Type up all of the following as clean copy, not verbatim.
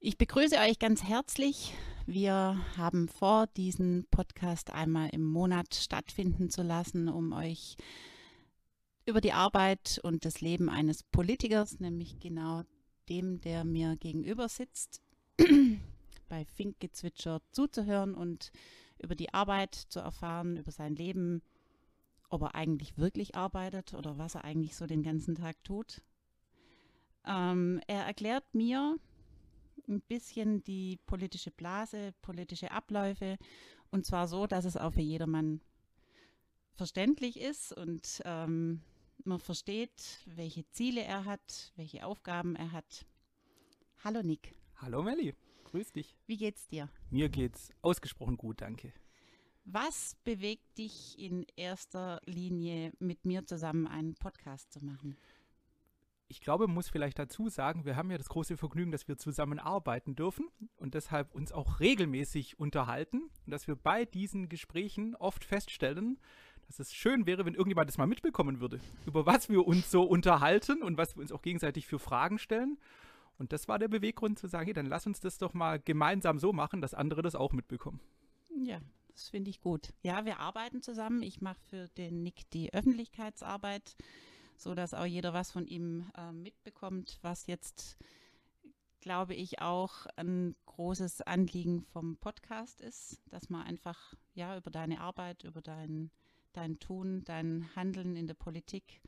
Ich begrüße euch ganz herzlich. Wir haben vor, diesen Podcast einmal im Monat stattfinden zu lassen, um euch über die Arbeit und das Leben eines Politikers, nämlich genau dem, der mir gegenüber sitzt, bei Finkgezwitscher zuzuhören und über die Arbeit zu erfahren, über sein Leben, ob er eigentlich wirklich arbeitet oder was er eigentlich so den ganzen Tag tut. Er erklärt mir ein bisschen die politische Blase, politische Abläufe, und zwar so, dass es auch für jedermann verständlich ist und man versteht, welche Ziele er hat, welche Aufgaben er hat. Hallo Nick. Hallo Melli, grüß dich. Wie geht's dir? Mir geht's ausgesprochen gut, danke. Was bewegt dich in erster Linie, mit mir zusammen einen Podcast zu machen? Ich glaube, man muss vielleicht dazu sagen, wir haben ja das große Vergnügen, dass wir zusammen arbeiten dürfen und deshalb uns auch regelmäßig unterhalten und dass wir bei diesen Gesprächen oft feststellen, dass es schön wäre, wenn irgendjemand das mal mitbekommen würde, über was wir uns so unterhalten und was wir uns auch gegenseitig für Fragen stellen. Und das war der Beweggrund zu sagen, hey, dann lass uns das doch mal gemeinsam so machen, dass andere das auch mitbekommen. Ja, das finde ich gut. Ja, wir arbeiten zusammen. Ich mache für den Nick die Öffentlichkeitsarbeit, so dass auch jeder was von ihm mitbekommt, was jetzt, glaube ich, auch ein großes Anliegen vom Podcast ist, dass man einfach ja über deine Arbeit, über dein Tun, dein Handeln in der Politik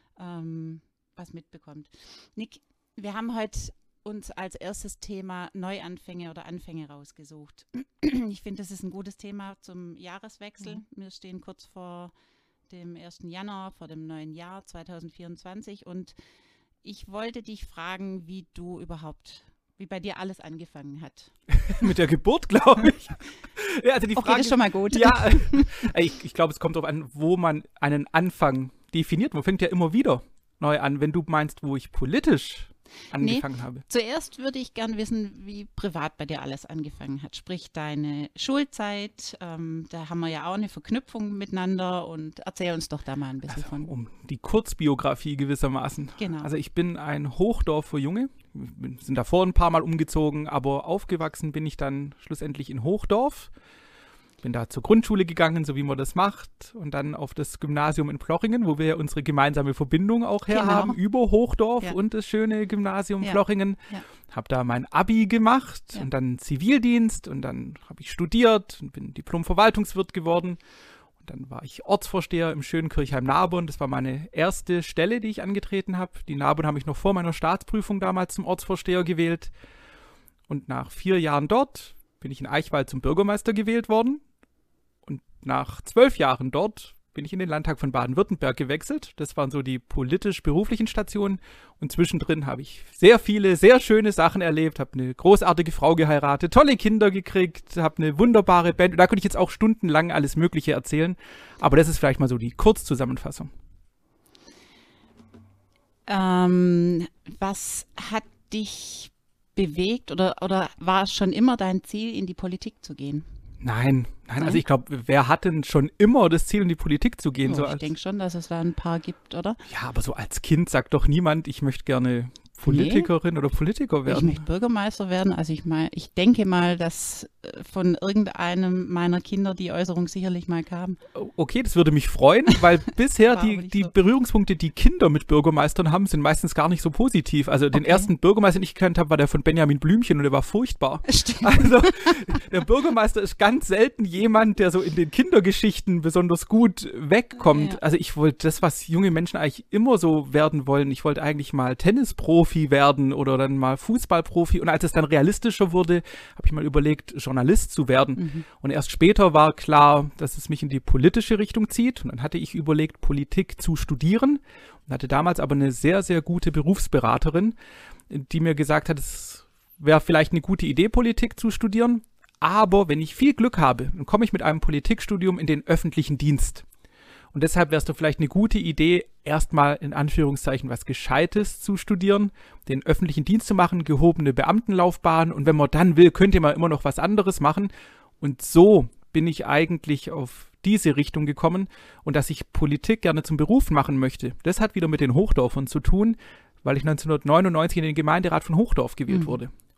was mitbekommt. Nick, wir haben heute uns als erstes Thema Neuanfänge oder Anfänge rausgesucht. Ich finde, das ist ein gutes Thema zum Jahreswechsel. Wir stehen kurz vor dem 1. Januar, vor dem neuen Jahr 2024, und ich wollte dich fragen, wie bei dir alles angefangen hat. Mit der Geburt, glaube ich. Ja, also die Okay, Frage das ist schon mal gut. Ja, ich glaube, es kommt darauf an, wo man einen Anfang definiert. Man fängt ja immer wieder neu an. Wenn du meinst, wo ich politisch angefangen habe. Zuerst würde ich gern wissen, wie privat bei dir alles angefangen hat. Sprich, deine Schulzeit, da haben wir ja auch eine Verknüpfung miteinander, und erzähl uns doch da mal ein bisschen von. Um die Kurzbiografie gewissermaßen. Genau. Also ich bin ein Hochdorfer Junge. Wir sind davor ein paar Mal umgezogen, aber aufgewachsen bin ich dann schlussendlich in Hochdorf. Bin da zur Grundschule gegangen, so wie man das macht, und dann auf das Gymnasium in Plochingen, wo wir ja unsere gemeinsame Verbindung auch her haben, über Hochdorf und das schöne Gymnasium Plochingen. Ja. Habe da mein Abi gemacht und dann Zivildienst, und dann habe ich studiert und bin Diplom-Verwaltungswirt geworden. Und dann war ich Ortsvorsteher im schönen Kirchheim-Narbonne. Das war meine erste Stelle, die ich angetreten habe. Die Narbonne habe ich noch vor meiner Staatsprüfung damals zum Ortsvorsteher gewählt. Und nach 4 Jahren dort bin ich in Eichwald zum Bürgermeister gewählt worden. Und nach 12 Jahren dort bin ich in den Landtag von Baden-Württemberg gewechselt. Das waren so die politisch-beruflichen Stationen. Und zwischendrin habe ich sehr viele, sehr schöne Sachen erlebt, habe eine großartige Frau geheiratet, tolle Kinder gekriegt, habe eine wunderbare Band. Und da könnte ich jetzt auch stundenlang alles Mögliche erzählen. Aber das ist vielleicht mal so die Kurzzusammenfassung. Was hat dich bewegt oder war es schon immer dein Ziel, in die Politik zu gehen? Nein. Also ich glaube, wer hat denn schon immer das Ziel, in die Politik zu gehen? Ich denke schon, dass es da ein paar gibt, oder? Ja, aber so als Kind sagt doch niemand, ich möchte gerne Politikerin oder Politiker werden. Ich möchte Bürgermeister werden. Also ich denke mal, dass von irgendeinem meiner Kinder die Äußerung sicherlich mal kam. Okay, das würde mich freuen, weil bisher die Berührungspunkte, die Kinder mit Bürgermeistern haben, sind meistens gar nicht so positiv. Also den ersten Bürgermeister, den ich gekannt habe, war der von Benjamin Blümchen, und der war furchtbar. Stimmt. Also der Bürgermeister ist ganz selten jemand, der so in den Kindergeschichten besonders gut wegkommt. Ja. Also ich wollte das, was junge Menschen eigentlich immer so werden wollen. Ich wollte eigentlich mal Tennisprofi werden oder dann mal Fußballprofi. Und als es dann realistischer wurde, habe ich mal überlegt, Journalist zu werden. Und erst später war klar, dass es mich in die politische Richtung zieht. Und dann hatte ich überlegt, Politik zu studieren. Und hatte damals aber eine sehr, sehr gute Berufsberaterin, die mir gesagt hat, es wäre vielleicht eine gute Idee, Politik zu studieren. Aber wenn ich viel Glück habe, dann komme ich mit einem Politikstudium in den öffentlichen Dienst. Und deshalb wäre es doch vielleicht eine gute Idee, erstmal in Anführungszeichen was Gescheites zu studieren, den öffentlichen Dienst zu machen, gehobene Beamtenlaufbahn, und wenn man dann will, könnte man immer noch was anderes machen. Und so bin ich eigentlich auf diese Richtung gekommen, und dass ich Politik gerne zum Beruf machen möchte, das hat wieder mit den Hochdorfern zu tun, weil ich 1999 in den Gemeinderat von Hochdorf gewählt wurde.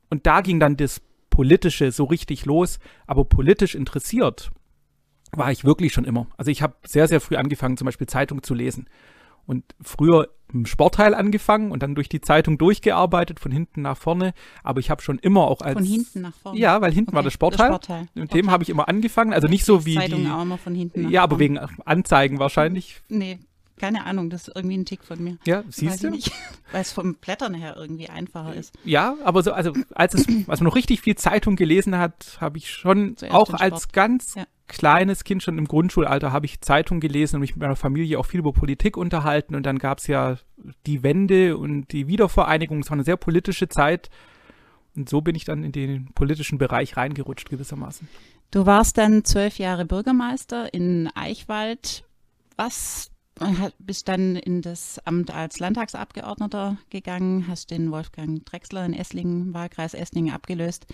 Und da ging dann das Politische so richtig los, aber politisch interessiert war ich wirklich schon immer. Also ich habe sehr, sehr früh angefangen, zum Beispiel Zeitung zu lesen. Und früher im Sportteil angefangen und dann durch die Zeitung durchgearbeitet, von hinten nach vorne. Aber ich habe schon immer auch als... Von hinten nach vorne? Ja, weil hinten war das Sportteil. Mit dem habe ich immer angefangen. Also nicht so wie Zeitung die... auch immer von hinten nach ja, aber vorne. wegen Anzeigen wahrscheinlich. Nee, keine Ahnung, das ist irgendwie ein Tick von mir. Ja, siehst du? Weil es vom Blättern her irgendwie einfacher ist. Ja, aber so, also als man noch richtig viel Zeitung gelesen hat, habe ich schon Zuerst auch den als Sport. ganz Ja. kleines Kind, schon im Grundschulalter, habe ich Zeitung gelesen und mich mit meiner Familie auch viel über Politik unterhalten. Und dann gab es ja die Wende und die Wiedervereinigung. Es war eine sehr politische Zeit. Und so bin ich dann in den politischen Bereich reingerutscht gewissermaßen. Du warst dann 12 Jahre Bürgermeister in Eichwald. Bist dann in das Amt als Landtagsabgeordneter gegangen, hast den Wolfgang Drechsler in Esslingen, Wahlkreis Esslingen, abgelöst.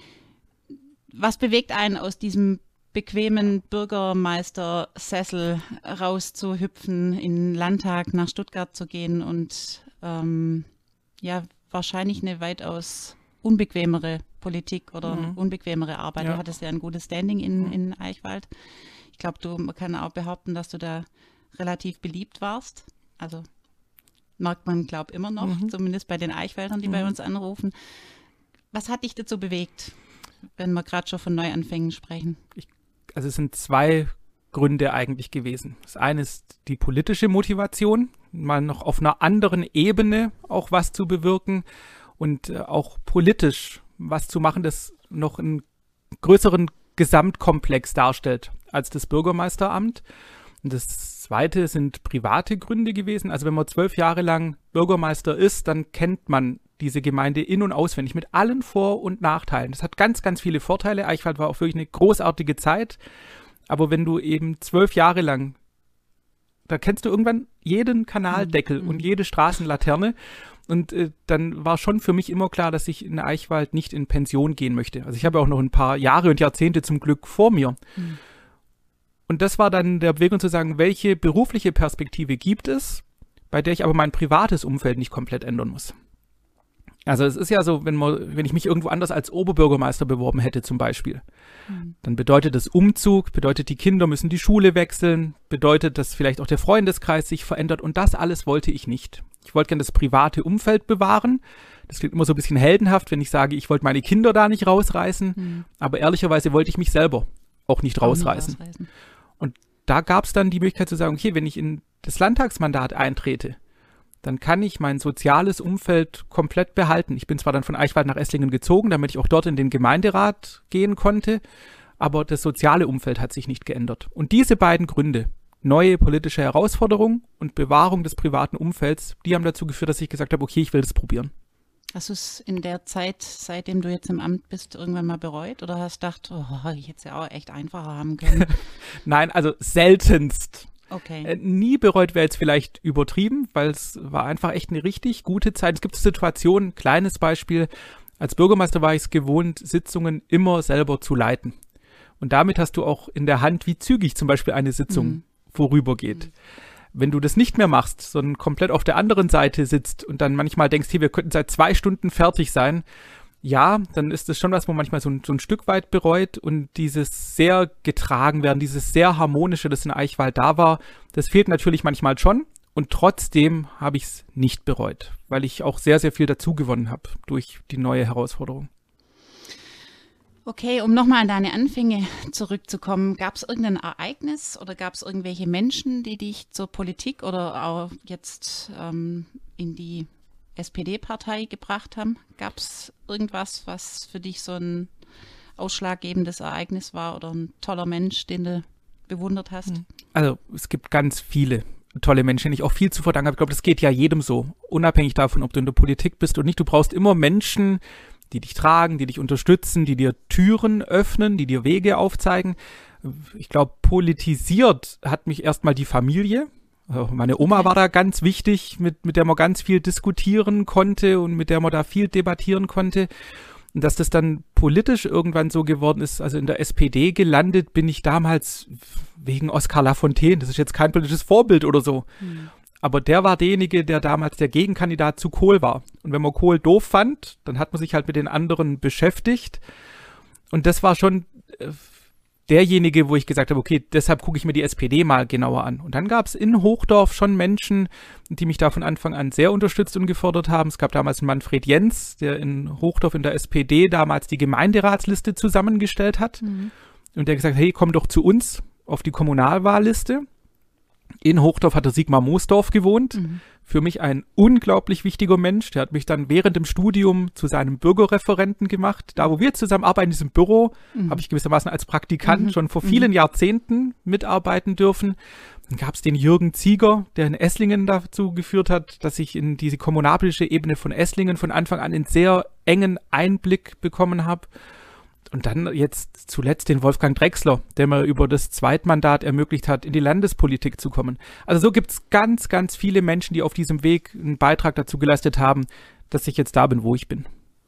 Was bewegt einen aus diesem bequemen Bürgermeistersessel rauszuhüpfen, in den Landtag nach Stuttgart zu gehen und wahrscheinlich eine weitaus unbequemere Politik oder unbequemere Arbeit. Ja. Du hattest ja ein gutes Standing in Eichwald. Ich glaube, man kann auch behaupten, dass du da relativ beliebt warst. Also merkt man, glaube ich, immer noch, zumindest bei den Eichwäldern, die bei uns anrufen. Was hat dich dazu bewegt, wenn wir gerade schon von Neuanfängen sprechen? Also es sind zwei Gründe eigentlich gewesen. Das eine ist die politische Motivation, mal noch auf einer anderen Ebene auch was zu bewirken und auch politisch was zu machen, das noch einen größeren Gesamtkomplex darstellt als das Bürgermeisteramt. Und das zweite sind private Gründe gewesen. Also wenn man 12 Jahre lang Bürgermeister ist, dann kennt man diese Gemeinde in- und auswendig mit allen Vor- und Nachteilen. Das hat ganz, ganz viele Vorteile. Eichwald war auch wirklich eine großartige Zeit. Aber wenn du eben 12 Jahre lang, da kennst du irgendwann jeden Kanaldeckel und jede Straßenlaterne. Und dann war schon für mich immer klar, dass ich in Eichwald nicht in Pension gehen möchte. Also ich habe auch noch ein paar Jahre und Jahrzehnte zum Glück vor mir. Und das war dann der Bewegung zu sagen, welche berufliche Perspektive gibt es, bei der ich aber mein privates Umfeld nicht komplett ändern muss. Also es ist ja so, wenn ich mich irgendwo anders als Oberbürgermeister beworben hätte zum Beispiel, dann bedeutet das Umzug, bedeutet die Kinder müssen die Schule wechseln, bedeutet, dass vielleicht auch der Freundeskreis sich verändert und das alles wollte ich nicht. Ich wollte gerne das private Umfeld bewahren. Das klingt immer so ein bisschen heldenhaft, wenn ich sage, ich wollte meine Kinder da nicht rausreißen, aber ehrlicherweise wollte ich mich selber auch nicht rausreißen. Und da gab es dann die Möglichkeit zu sagen, okay, wenn ich in das Landtagsmandat eintrete, dann kann ich mein soziales Umfeld komplett behalten. Ich bin zwar dann von Eichwald nach Esslingen gezogen, damit ich auch dort in den Gemeinderat gehen konnte, aber das soziale Umfeld hat sich nicht geändert. Und diese beiden Gründe, neue politische Herausforderung und Bewahrung des privaten Umfelds, die haben dazu geführt, dass ich gesagt habe, okay, ich will das probieren. Hast du es in der Zeit, seitdem du jetzt im Amt bist, irgendwann mal bereut oder hast gedacht, ich hätte es ja auch echt einfacher haben können? Nein, also seltenst. Okay. Nie bereut wäre jetzt vielleicht übertrieben, weil es war einfach echt eine richtig gute Zeit. Es gibt Situationen, kleines Beispiel, als Bürgermeister war ich es gewohnt, Sitzungen immer selber zu leiten. Und damit hast du auch in der Hand, wie zügig zum Beispiel eine Sitzung vorübergeht. Wenn du das nicht mehr machst, sondern komplett auf der anderen Seite sitzt und dann manchmal denkst, hey, wir könnten seit 2 Stunden fertig sein, ja, dann ist das schon was, wo man manchmal so ein Stück weit bereut und dieses sehr getragen werden, dieses sehr harmonische, das in Eichwald da war, das fehlt natürlich manchmal schon und trotzdem habe ich es nicht bereut, weil ich auch sehr, sehr viel dazu gewonnen habe durch die neue Herausforderung. Okay, um nochmal an deine Anfänge zurückzukommen, gab es irgendein Ereignis oder gab es irgendwelche Menschen, die dich zur Politik oder auch jetzt in die SPD-Partei gebracht haben? Gab es irgendwas, was für dich so ein ausschlaggebendes Ereignis war oder ein toller Mensch, den du bewundert hast? Also es gibt ganz viele tolle Menschen, denen ich auch viel zu verdanken habe. Ich glaube, das geht ja jedem so, unabhängig davon, ob du in der Politik bist oder nicht. Du brauchst immer Menschen, die dich tragen, die dich unterstützen, die dir Türen öffnen, die dir Wege aufzeigen. Ich glaube, politisiert hat mich erstmal die Familie. Meine Oma war da ganz wichtig, mit der man ganz viel diskutieren konnte und mit der man da viel debattieren konnte. Und dass das dann politisch irgendwann so geworden ist, also in der SPD gelandet bin ich damals wegen Oskar Lafontaine. Das ist jetzt kein politisches Vorbild oder so. aber der war derjenige, der damals der Gegenkandidat zu Kohl war. Und wenn man Kohl doof fand, dann hat man sich halt mit den anderen beschäftigt. Und das war schon derjenige, wo ich gesagt habe, okay, deshalb gucke ich mir die SPD mal genauer an. Und dann gab es in Hochdorf schon Menschen, die mich da von Anfang an sehr unterstützt und gefördert haben. Es gab damals einen Manfred Jens, der in Hochdorf in der SPD damals die Gemeinderatsliste zusammengestellt hat. Und der gesagt hat, hey, komm doch zu uns auf die Kommunalwahlliste. In Hochdorf hat der Sigmar Moosdorf gewohnt. Für mich ein unglaublich wichtiger Mensch. Der hat mich dann während dem Studium zu seinem Bürgerreferenten gemacht. Da, wo wir zusammen arbeiten, in diesem Büro, habe ich gewissermaßen als Praktikant schon vor vielen Jahrzehnten mitarbeiten dürfen. Dann gab es den Jürgen Zieger, der in Esslingen dazu geführt hat, dass ich in diese kommunalpolitische Ebene von Esslingen von Anfang an einen sehr engen Einblick bekommen habe. Und dann jetzt zuletzt den Wolfgang Drechsler, der mir über das Zweitmandat ermöglicht hat, in die Landespolitik zu kommen. Also so gibt es ganz, ganz viele Menschen, die auf diesem Weg einen Beitrag dazu geleistet haben, dass ich jetzt da bin, wo ich bin.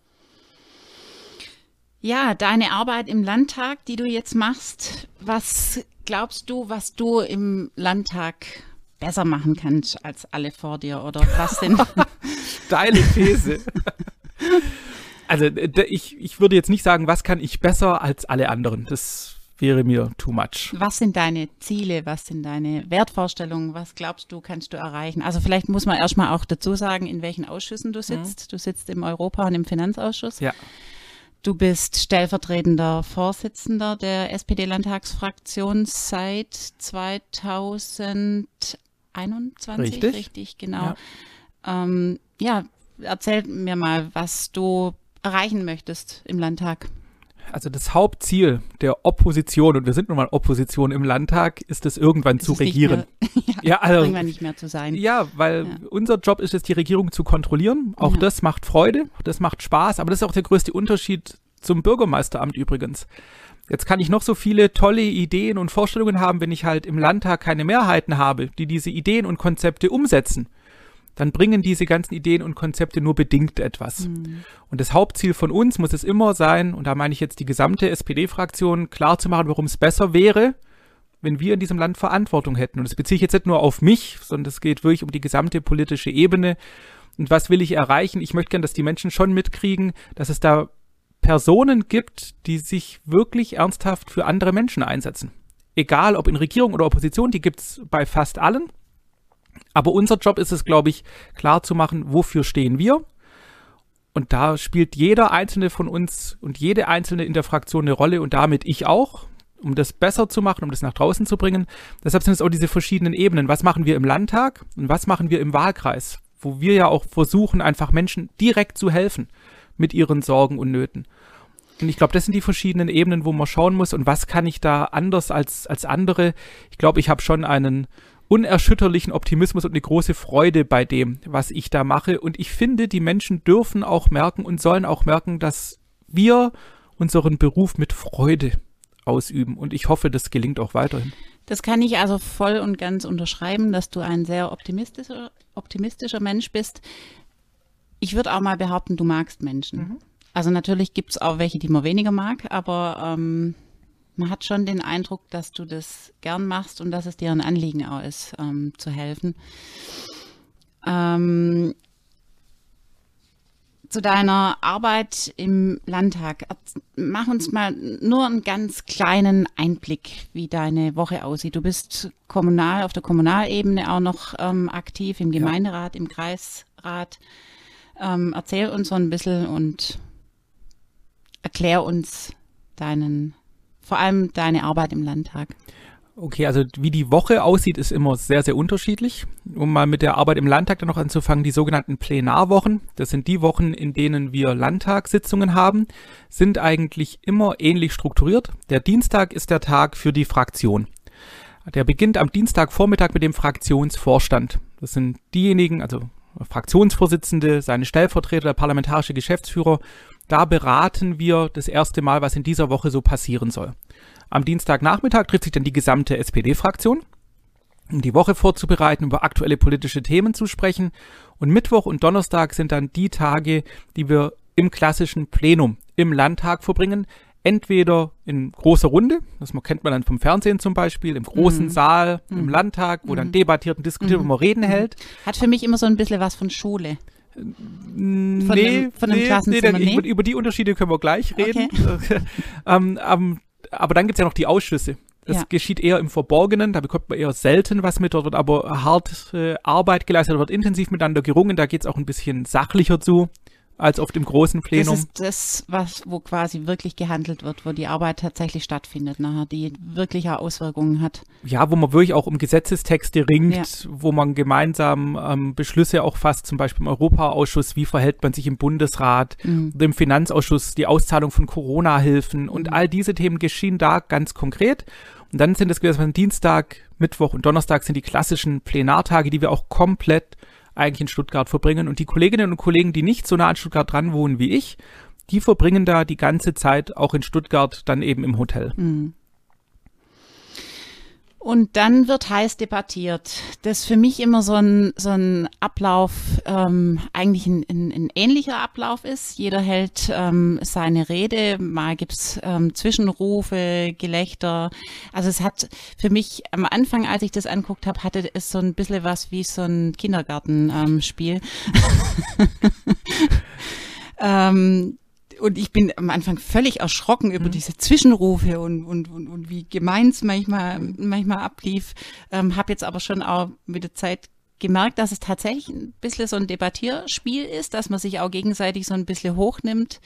Ja, deine Arbeit im Landtag, die du jetzt machst, was glaubst du, was du im Landtag besser machen kannst als alle vor dir? Oder was denn? Steile These. Also ich würde jetzt nicht sagen, was kann ich besser als alle anderen. Das wäre mir too much. Was sind deine Ziele? Was sind deine Wertvorstellungen? Was glaubst du, kannst du erreichen? Also vielleicht muss man erstmal auch dazu sagen, in welchen Ausschüssen du sitzt. Du sitzt im Europa- und im Finanzausschuss. Ja. Du bist stellvertretender Vorsitzender der SPD-Landtagsfraktion seit 2021. Richtig, genau. Ja, erzähl mir mal, was du erreichen möchtest im Landtag. Also das Hauptziel der Opposition, und wir sind nun mal Opposition im Landtag, ist es irgendwann zu regieren. Irgendwann nicht mehr zu sein. Ja, weil unser Job ist es, die Regierung zu kontrollieren. Auch das macht Freude, das macht Spaß, aber das ist auch der größte Unterschied zum Bürgermeisteramt übrigens. Jetzt kann ich noch so viele tolle Ideen und Vorstellungen haben, wenn ich halt im Landtag keine Mehrheiten habe, die diese Ideen und Konzepte umsetzen. Dann bringen diese ganzen Ideen und Konzepte nur bedingt etwas. Und das Hauptziel von uns muss es immer sein, und da meine ich jetzt die gesamte SPD-Fraktion, klarzumachen, warum es besser wäre, wenn wir in diesem Land Verantwortung hätten. Und das beziehe ich jetzt nicht nur auf mich, sondern es geht wirklich um die gesamte politische Ebene. Und was will ich erreichen? Ich möchte gerne, dass die Menschen schon mitkriegen, dass es da Personen gibt, die sich wirklich ernsthaft für andere Menschen einsetzen. Egal, ob in Regierung oder Opposition, die gibt es bei fast allen. Aber unser Job ist es, glaube ich, klar zu machen, wofür stehen wir. Und da spielt jeder Einzelne von uns und jede Einzelne in der Fraktion eine Rolle und damit ich auch, um das besser zu machen, um das nach draußen zu bringen. Deshalb sind es auch diese verschiedenen Ebenen. Was machen wir im Landtag und was machen wir im Wahlkreis, wo wir ja auch versuchen, einfach Menschen direkt zu helfen mit ihren Sorgen und Nöten. Und ich glaube, das sind die verschiedenen Ebenen, wo man schauen muss. Und was kann ich da anders als andere? Ich glaube, ich habe schon einen unerschütterlichen Optimismus und eine große Freude bei dem, was ich da mache. Und ich finde, die Menschen dürfen auch merken und sollen auch merken, dass wir unseren Beruf mit Freude ausüben. Und ich hoffe, das gelingt auch weiterhin. Das kann ich also voll und ganz unterschreiben, dass du ein sehr optimistischer Mensch bist. Ich würde auch mal behaupten, du magst Menschen. Also natürlich gibt es auch welche, die man weniger mag, aber man hat schon den Eindruck, dass du das gern machst und dass es dir ein Anliegen auch ist, zu helfen. Zu deiner Arbeit im Landtag. Mach uns mal nur einen ganz kleinen Einblick, wie deine Woche aussieht. Du bist auf der Kommunalebene auch noch aktiv, im Gemeinderat, im Kreisrat. Erzähl uns so ein bisschen und erklär uns vor allem deine Arbeit im Landtag. Okay, also wie die Woche aussieht, ist immer sehr, sehr unterschiedlich. Um mal mit der Arbeit im Landtag dann noch anzufangen, die sogenannten Plenarwochen, das sind die Wochen, in denen wir Landtagssitzungen haben, sind eigentlich immer ähnlich strukturiert. Der Dienstag ist der Tag für die Fraktion. Der beginnt am Dienstagvormittag mit dem Fraktionsvorstand. Das sind diejenigen, also Fraktionsvorsitzende, seine Stellvertreter, der parlamentarische Geschäftsführer. Da beraten wir das erste Mal, was in dieser Woche so passieren soll. Am Dienstagnachmittag trifft sich dann die gesamte SPD-Fraktion, um die Woche vorzubereiten, über aktuelle politische Themen zu sprechen. Und Mittwoch und Donnerstag sind dann die Tage, die wir im klassischen Plenum im Landtag verbringen. entweder in großer Runde, das kennt man dann vom Fernsehen zum Beispiel, im großen Saal, im Landtag, wo dann debattiert und diskutiert, wo man Reden hält. Hat für mich immer so ein bisschen was von Schule. Von einem Klassenzimmer, über die Unterschiede können wir gleich reden. Okay. Aber dann gibt es ja noch die Ausschüsse. Das geschieht eher im Verborgenen, da bekommt man eher selten was mit, dort wird aber hart Arbeit geleistet, wird intensiv miteinander gerungen, da geht es auch ein bisschen sachlicher zu als auf dem großen Plenum. Das ist das, wo quasi wirklich gehandelt wird, wo die Arbeit tatsächlich stattfindet nachher, die wirklich auch Auswirkungen hat. Ja, wo man wirklich auch um Gesetzestexte ringt, wo man gemeinsam Beschlüsse auch fasst, zum Beispiel im Europaausschuss, wie verhält man sich im Bundesrat, oder im Finanzausschuss, die Auszahlung von Corona-Hilfen und all diese Themen geschehen da ganz konkret. Und dann sind es Dienstag, Mittwoch und Donnerstag sind die klassischen Plenartage, die wir auch komplett eigentlich in Stuttgart verbringen. Und die Kolleginnen und Kollegen, die nicht so nah an Stuttgart dran wohnen wie ich, die verbringen da die ganze Zeit auch in Stuttgart dann eben im Hotel. Und dann wird heiß debattiert. Das ist für mich immer so ein Ablauf, eigentlich ein ähnlicher Ablauf ist. Jeder hält seine Rede, mal gibt es Zwischenrufe, Gelächter. Also es hat für mich am Anfang, als ich das angeguckt habe, hatte es so ein bisschen was wie so ein Kindergartenspiel. Und ich bin am Anfang völlig erschrocken über diese Zwischenrufe und wie gemein es manchmal ablief. Habe jetzt aber schon auch mit der Zeit gemerkt, dass es tatsächlich ein bisschen so ein Debattierspiel ist, dass man sich auch gegenseitig so ein bisschen hochnimmt.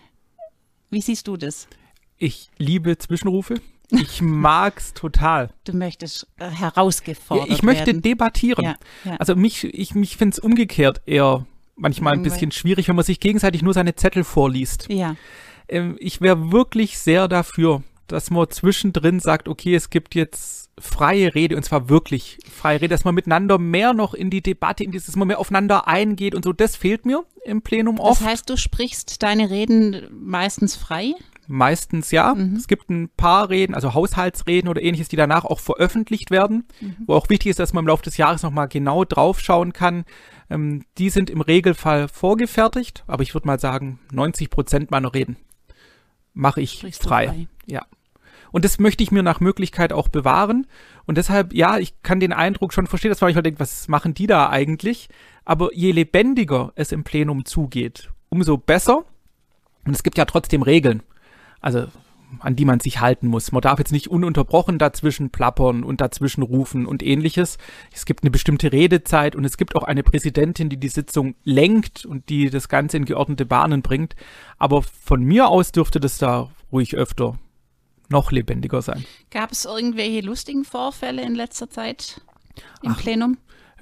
Wie siehst du das? Ich liebe Zwischenrufe. Ich mag's total. Du möchtest herausgefordert werden. Ich möchte debattieren. Ja. Also ich finde es umgekehrt eher manchmal ein bisschen schwierig, wenn man sich gegenseitig nur seine Zettel vorliest. Ja. Ich wäre wirklich sehr dafür, dass man zwischendrin sagt, okay, es gibt jetzt freie Rede und zwar wirklich freie Rede, dass man miteinander mehr noch in die Debatte, dass man mehr aufeinander eingeht und so. Das fehlt mir im Plenum oft. Das heißt, du sprichst deine Reden meistens frei? Meistens ja. Es gibt ein paar Reden, also Haushaltsreden oder ähnliches, die danach auch veröffentlicht werden, wo auch wichtig ist, dass man im Laufe des Jahres nochmal genau drauf schauen kann. Die sind im Regelfall vorgefertigt, aber ich würde mal sagen, 90% meiner Reden mache ich frei. Ja. Und das möchte ich mir nach Möglichkeit auch bewahren. Und deshalb, ja, ich kann den Eindruck schon verstehen, dass man manchmal denkt, was machen die da eigentlich? Aber je lebendiger es im Plenum zugeht, umso besser. Und es gibt ja trotzdem Regeln, also an die man sich halten muss. Man darf jetzt nicht ununterbrochen dazwischen plappern und dazwischen rufen und ähnliches. Es gibt eine bestimmte Redezeit und es gibt auch eine Präsidentin, die die Sitzung lenkt und die das Ganze in geordnete Bahnen bringt. Aber von mir aus dürfte das da ruhig öfter noch lebendiger sein. Gab es irgendwelche lustigen Vorfälle in letzter Zeit im Plenum?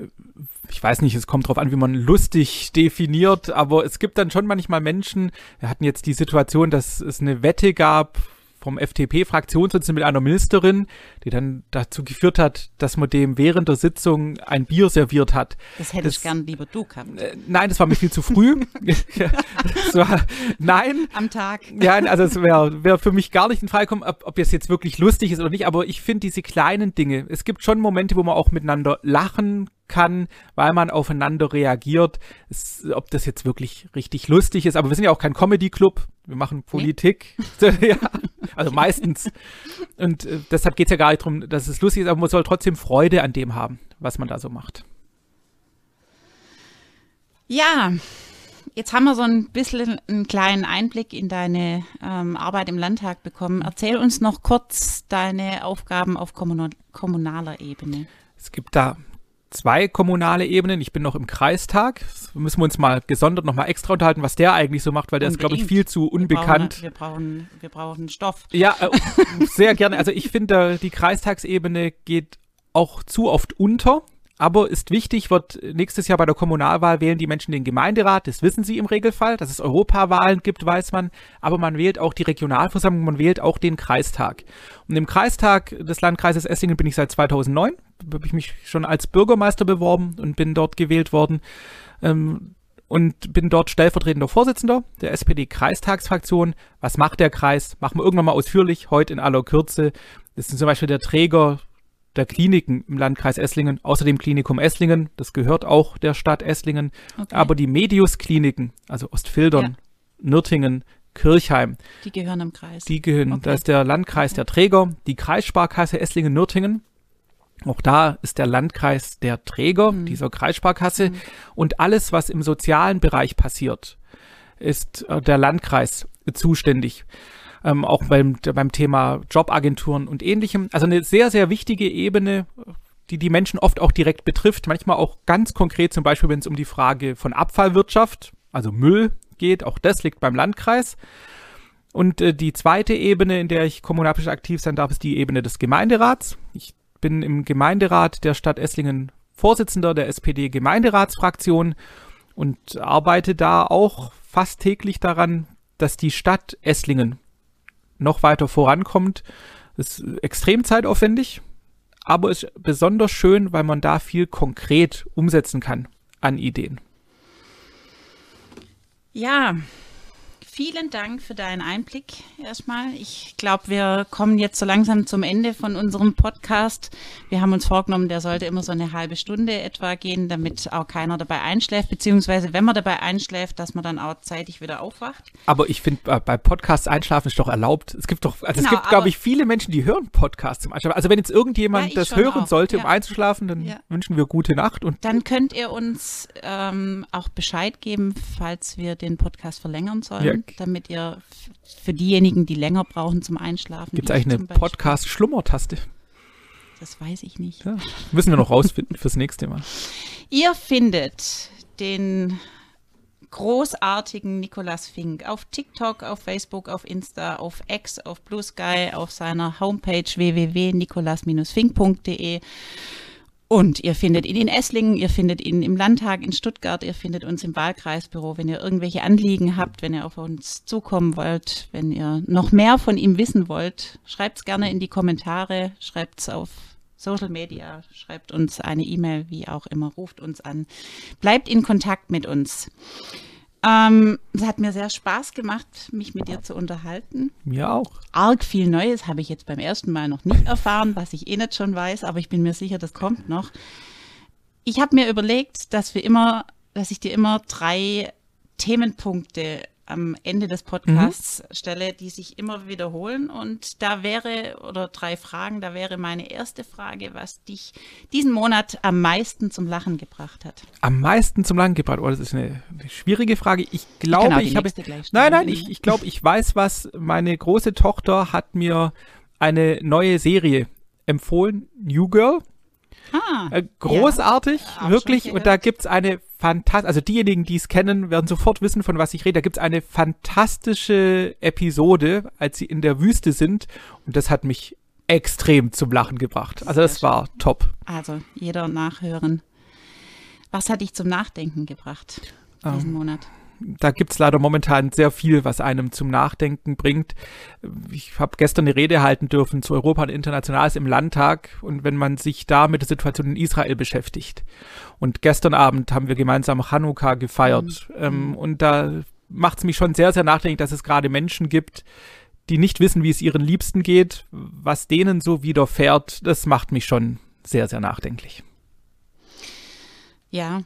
Ich weiß nicht, es kommt drauf an, wie man lustig definiert, aber es gibt dann schon manchmal Menschen, wir hatten jetzt die Situation, dass es eine Wette gab vom FDP-Fraktionsvorsitzenden mit einer Ministerin, die dann dazu geführt hat, dass man dem während der Sitzung ein Bier serviert hat. Das hätte ich gern lieber du gehabt. Nein, das war mir viel zu früh. Nein. Am Tag. Ja, also es wär für mich gar nicht in Frage gekommen, ob das jetzt wirklich lustig ist oder nicht, aber ich finde diese kleinen Dinge, es gibt schon Momente, wo man auch miteinander lachen kann, weil man aufeinander reagiert. Ob das jetzt wirklich richtig lustig ist, aber wir sind ja auch kein Comedy-Club, wir machen Politik. Nee. Ja, also meistens. Und deshalb geht es ja gar nicht darum, dass es lustig ist, aber man soll trotzdem Freude an dem haben, was man da so macht. Ja, jetzt haben wir so ein bisschen einen kleinen Einblick in deine Arbeit im Landtag bekommen. Erzähl uns noch kurz deine Aufgaben auf kommunaler Ebene. Es gibt da 2 kommunale Ebenen. Ich bin noch im Kreistag. Das müssen wir uns mal gesondert noch mal extra unterhalten, was der eigentlich so macht, weil der ist, glaube ich, viel zu unbekannt. Wir brauchen Stoff. Ja, sehr gerne. Also ich finde, die Kreistagsebene geht auch zu oft unter. Aber ist wichtig, wird nächstes Jahr bei der Kommunalwahl wählen die Menschen den Gemeinderat, das wissen sie im Regelfall, dass es Europawahlen gibt, weiß man, aber man wählt auch die Regionalversammlung, man wählt auch den Kreistag. Und im Kreistag des Landkreises Esslingen bin ich seit 2009, da habe ich mich schon als Bürgermeister beworben und bin dort gewählt worden und bin dort stellvertretender Vorsitzender der SPD-Kreistagsfraktion. Was macht der Kreis? Machen wir irgendwann mal ausführlich, heute in aller Kürze. Das ist zum Beispiel der Träger der Kliniken im Landkreis Esslingen, außerdem Klinikum Esslingen, das gehört auch der Stadt Esslingen, aber die Medius-Kliniken, also Ostfildern, Nürtingen, Kirchheim. Die gehören im Kreis. Die gehören, da ist der Landkreis der Träger, die Kreissparkasse Esslingen-Nürtingen. Auch da ist der Landkreis der Träger dieser Kreissparkasse. Und alles, was im sozialen Bereich passiert, ist der Landkreis zuständig. Auch beim Thema Jobagenturen und Ähnlichem. Also eine sehr, sehr wichtige Ebene, die die Menschen oft auch direkt betrifft. Manchmal auch ganz konkret, zum Beispiel, wenn es um die Frage von Abfallwirtschaft, also Müll geht. Auch das liegt beim Landkreis. Und die zweite Ebene, in der ich kommunalpolitisch aktiv sein darf, ist die Ebene des Gemeinderats. Ich bin im Gemeinderat der Stadt Esslingen Vorsitzender der SPD-Gemeinderatsfraktion und arbeite da auch fast täglich daran, dass die Stadt Esslingen noch weiter vorankommt. Das ist extrem zeitaufwendig, aber ist besonders schön, weil man da viel konkret umsetzen kann an Ideen. Ja, vielen Dank für deinen Einblick erstmal. Ich glaube, wir kommen jetzt so langsam zum Ende von unserem Podcast. Wir haben uns vorgenommen, der sollte immer so eine halbe Stunde etwa gehen, damit auch keiner dabei einschläft, beziehungsweise wenn man dabei einschläft, dass man dann auch zeitig wieder aufwacht. Aber ich finde, bei Podcasts einschlafen ist doch erlaubt. Es gibt doch, also genau, es gibt, glaube ich, viele Menschen, die hören Podcasts zum Einschlafen. Also wenn jetzt irgendjemand das hören sollte, um einzuschlafen, dann wünschen wir gute Nacht. Und dann könnt ihr uns auch Bescheid geben, falls wir den Podcast verlängern sollen. Damit ihr für diejenigen, die länger brauchen zum Einschlafen. Gibt es eigentlich eine Podcast-Schlummer-Taste? Das weiß ich nicht. Ja, müssen wir noch rausfinden fürs nächste Mal. Ihr findet den großartigen Nikolaus Fink auf TikTok, auf Facebook, auf Insta, auf X, auf Blue Sky, auf seiner Homepage www.nikolas-fink.de. Und ihr findet ihn in Esslingen, ihr findet ihn im Landtag in Stuttgart, ihr findet uns im Wahlkreisbüro. Wenn ihr irgendwelche Anliegen habt, wenn ihr auf uns zukommen wollt, wenn ihr noch mehr von ihm wissen wollt, schreibt es gerne in die Kommentare, schreibt es auf Social Media, schreibt uns eine E-Mail, wie auch immer, ruft uns an. Bleibt in Kontakt mit uns. Es hat mir sehr Spaß gemacht, mich mit dir zu unterhalten. Mir auch. Arg viel Neues habe ich jetzt beim ersten Mal noch nicht erfahren, was ich nicht schon weiß, aber ich bin mir sicher, das kommt noch. Ich habe mir überlegt, dass ich dir immer 3 Themenpunkte am Ende des Podcasts stelle, die sich immer wiederholen. Und da wäre, oder 3 Fragen, da wäre meine erste Frage, was dich diesen Monat am meisten zum Lachen gebracht hat. Am meisten zum Lachen gebracht? Oh, das ist eine schwierige Frage. Ich glaube, ich glaube, ich weiß was. Meine große Tochter hat mir eine neue Serie empfohlen, New Girl. Großartig, wirklich. Und da gibt es eine fantastische, also diejenigen, die es kennen, werden sofort wissen, von was ich rede. Da gibt es eine fantastische Episode, als sie in der Wüste sind. Und das hat mich extrem zum Lachen gebracht. Also das war top. Also jeder nachhören. Was hat dich zum Nachdenken gebracht diesen Monat? Da gibt es leider momentan sehr viel, was einem zum Nachdenken bringt. Ich habe gestern eine Rede halten dürfen zu Europa und Internationales im Landtag. Und wenn man sich da mit der Situation in Israel beschäftigt. Und gestern Abend haben wir gemeinsam Chanukka gefeiert. Und da macht es mich schon sehr, sehr nachdenklich, dass es gerade Menschen gibt, die nicht wissen, wie es ihren Liebsten geht, was denen so widerfährt. Das macht mich schon sehr, sehr nachdenklich. Ja.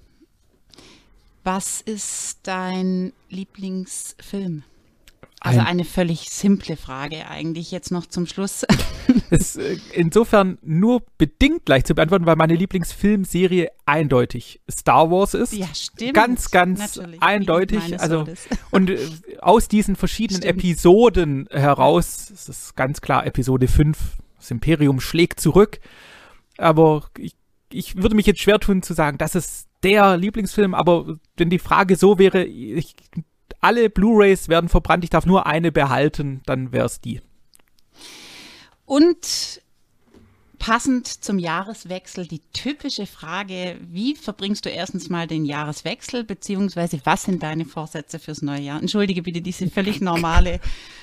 Was ist dein Lieblingsfilm? Also eine völlig simple Frage eigentlich jetzt noch zum Schluss. Ist insofern nur bedingt leicht zu beantworten, weil meine Lieblingsfilmserie eindeutig Star Wars ist. Ja, stimmt. Ganz natürlich, eindeutig. Also und aus diesen verschiedenen Episoden heraus, es ist ganz klar Episode 5, das Imperium schlägt zurück. Aber ich würde mich jetzt schwer tun zu sagen, das ist der Lieblingsfilm, aber wenn die Frage so wäre, alle Blu-rays werden verbrannt, ich darf nur eine behalten, dann wäre es die. Und passend zum Jahreswechsel die typische Frage, wie verbringst du erstens mal den Jahreswechsel, beziehungsweise was sind deine Vorsätze fürs neue Jahr? Entschuldige bitte diese völlig normale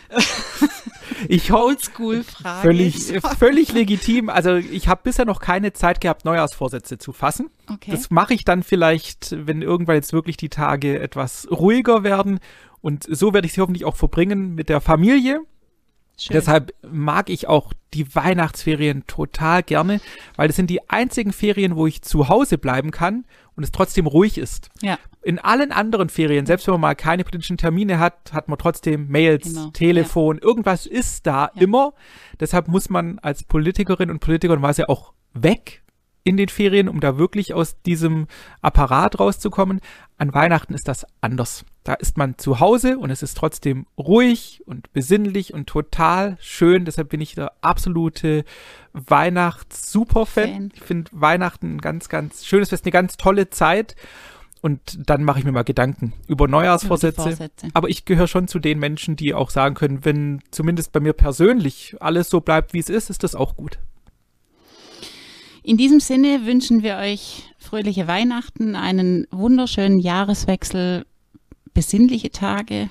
Oldschool-Frage. Völlig legitim. Also ich habe bisher noch keine Zeit gehabt, Neujahrsvorsätze zu fassen. Okay. Das mache ich dann vielleicht, wenn irgendwann jetzt wirklich die Tage etwas ruhiger werden. Und so werde ich sie hoffentlich auch verbringen mit der Familie. Schön. Deshalb mag ich auch die Weihnachtsferien total gerne, weil das sind die einzigen Ferien, wo ich zu Hause bleiben kann und es trotzdem ruhig ist. Ja. In allen anderen Ferien, selbst wenn man mal keine politischen Termine hat, hat man trotzdem Mails, Immer. Telefon, irgendwas ist da immer. Deshalb muss man als Politikerin und Politiker ja auch weg in den Ferien, um da wirklich aus diesem Apparat rauszukommen. An Weihnachten ist das anders. Da ist man zu Hause und es ist trotzdem ruhig und besinnlich und total schön. Deshalb bin ich der absolute Weihnachts-Super-Fan. Ich finde Weihnachten ein ganz, ganz schönes Fest, eine ganz tolle Zeit. Und dann mache ich mir mal Gedanken über Neujahrsvorsätze. Aber ich gehöre schon zu den Menschen, die auch sagen können, wenn zumindest bei mir persönlich alles so bleibt, wie es ist das auch gut. In diesem Sinne wünschen wir euch fröhliche Weihnachten, einen wunderschönen Jahreswechsel, besinnliche Tage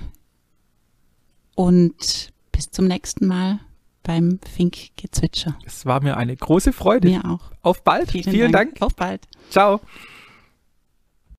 und bis zum nächsten Mal beim Finkgezwitscher. Es war mir eine große Freude. Mir auch. Auf bald. Vielen Dank. Auf bald. Ciao.